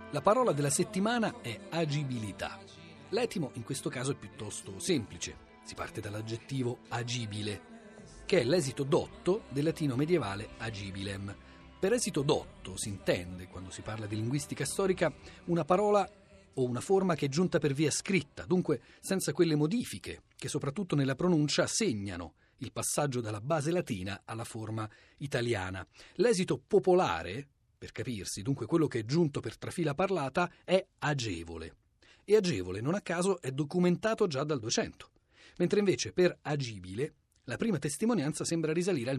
La parola della settimana è agibilità. L'etimo in questo caso è piuttosto semplice. Si parte dall'aggettivo agibile, che è l'esito dotto del latino medievale agibilem. Per esito dotto si intende, quando si parla di linguistica storica, una parola o una forma che è giunta per via scritta, dunque senza quelle modifiche che soprattutto nella pronuncia segnano il passaggio dalla base latina alla forma italiana. L'esito popolare, per capirsi, dunque quello che è giunto per trafila parlata, è agevole. E agevole, non a caso, è documentato già dal 200. Mentre invece per agibile la prima testimonianza sembra risalire al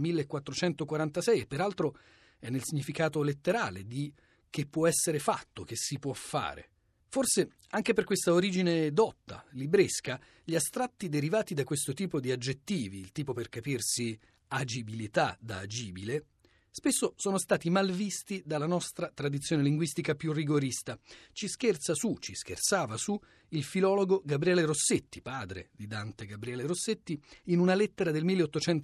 1446 e peraltro è nel significato letterale di che può essere fatto, che si può fare. Forse anche per questa origine dotta, libresca, gli astratti derivati da questo tipo di aggettivi, il tipo per capirsi agibilità da agibile, spesso sono stati malvisti dalla nostra tradizione linguistica più rigorista. Ci scherzava su il filologo Gabriele Rossetti, padre di Dante Gabriele Rossetti, in una lettera del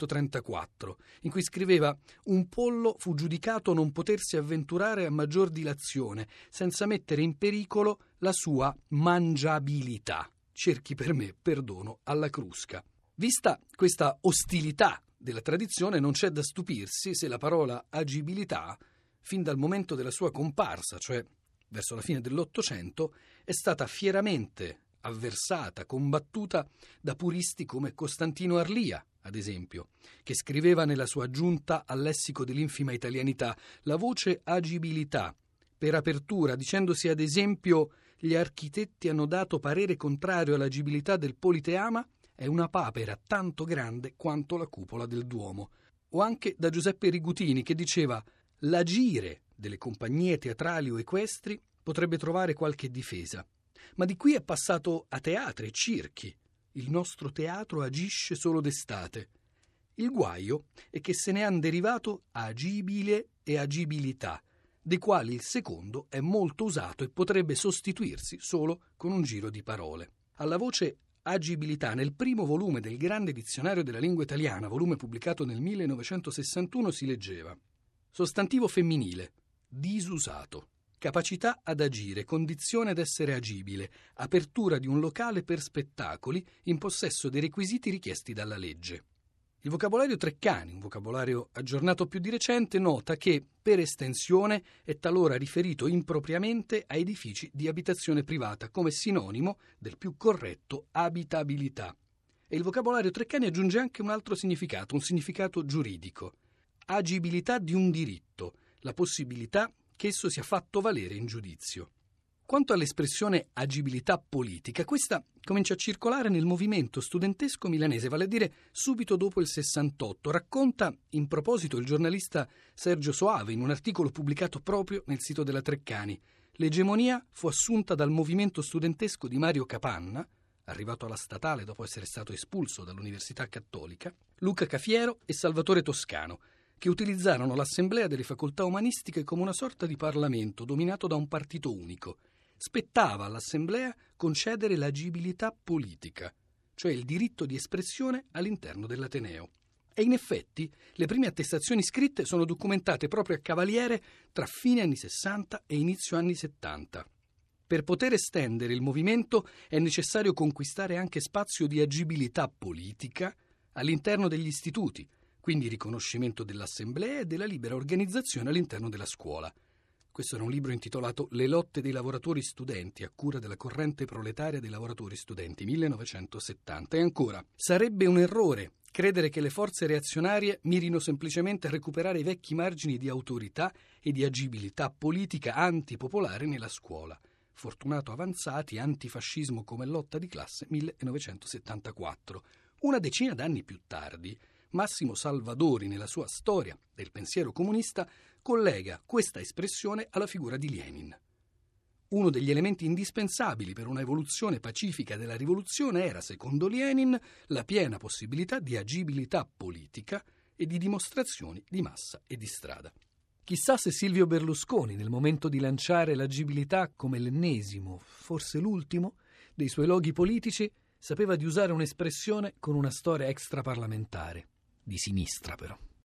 1834, in cui scriveva: «Un pollo fu giudicato non potersi avventurare a maggior dilazione, senza mettere in pericolo la sua mangiabilità. Cerchi per me perdono alla crusca». Vista questa ostilità della tradizione, non c'è da stupirsi se la parola agibilità, fin dal momento della sua comparsa, cioè verso la fine dell'Ottocento, è stata fieramente avversata, combattuta da puristi come Costantino Arlia, ad esempio, che scriveva nella sua aggiunta al lessico dell'infima italianità la voce agibilità, per apertura, dicendosi ad esempio: «Gli architetti hanno dato parere contrario all'agibilità del Politeama, è una papera tanto grande quanto la cupola del Duomo». O anche da Giuseppe Rigutini, che diceva: «L'agire delle compagnie teatrali o equestri potrebbe trovare qualche difesa, ma di qui è passato a teatri e circhi. Il nostro teatro agisce solo d'estate. Il guaio è che se ne han derivato agibile e agibilità, dei quali il secondo è molto usato e potrebbe sostituirsi solo con un giro di parole». Alla voce agibilità, nel primo volume del Grande Dizionario della Lingua Italiana, volume pubblicato nel 1961, si leggeva: sostantivo femminile, disusato, capacità ad agire, condizione ad essere agibile, apertura di un locale per spettacoli in possesso dei requisiti richiesti dalla legge. Il vocabolario Treccani, un vocabolario aggiornato più di recente, nota che, per estensione, è talora riferito impropriamente a edifici di abitazione privata, come sinonimo del più corretto abitabilità. E il vocabolario Treccani aggiunge anche un altro significato, un significato giuridico: agibilità di un diritto, la possibilità che esso sia fatto valere in giudizio. Quanto all'espressione agibilità politica, questa comincia a circolare nel movimento studentesco milanese, vale a dire subito dopo il 68. Racconta in proposito il giornalista Sergio Soave in un articolo pubblicato proprio nel sito della Treccani. L'egemonia fu assunta dal movimento studentesco di Mario Capanna, arrivato alla statale dopo essere stato espulso dall'Università Cattolica, Luca Cafiero e Salvatore Toscano, che utilizzarono l'Assemblea delle Facoltà Umanistiche come una sorta di Parlamento dominato da un partito unico. Spettava all'Assemblea concedere l'agibilità politica, cioè il diritto di espressione all'interno dell'Ateneo. E in effetti le prime attestazioni scritte sono documentate proprio a cavaliere tra fine anni 60 e inizio anni 70. Per poter estendere il movimento è necessario conquistare anche spazio di agibilità politica all'interno degli istituti, quindi riconoscimento dell'assemblea e della libera organizzazione all'interno della scuola. Questo era un libro intitolato Le lotte dei lavoratori studenti, a cura della corrente proletaria dei lavoratori studenti, 1970. E ancora, sarebbe un errore credere che le forze reazionarie mirino semplicemente a recuperare i vecchi margini di autorità e di agibilità politica antipopolare nella scuola. Fortunato Avanzati, Antifascismo come lotta di classe, 1974. Una decina d'anni più tardi, Massimo Salvadori, nella sua Storia del pensiero comunista, collega questa espressione alla figura di Lenin. Uno degli elementi indispensabili per una evoluzione pacifica della rivoluzione era, secondo Lenin, la piena possibilità di agibilità politica e di dimostrazioni di massa e di strada. Chissà se Silvio Berlusconi, nel momento di lanciare l'agibilità come l'ennesimo, forse l'ultimo, dei suoi loghi politici, sapeva di usare un'espressione con una storia extraparlamentare, di sinistra però.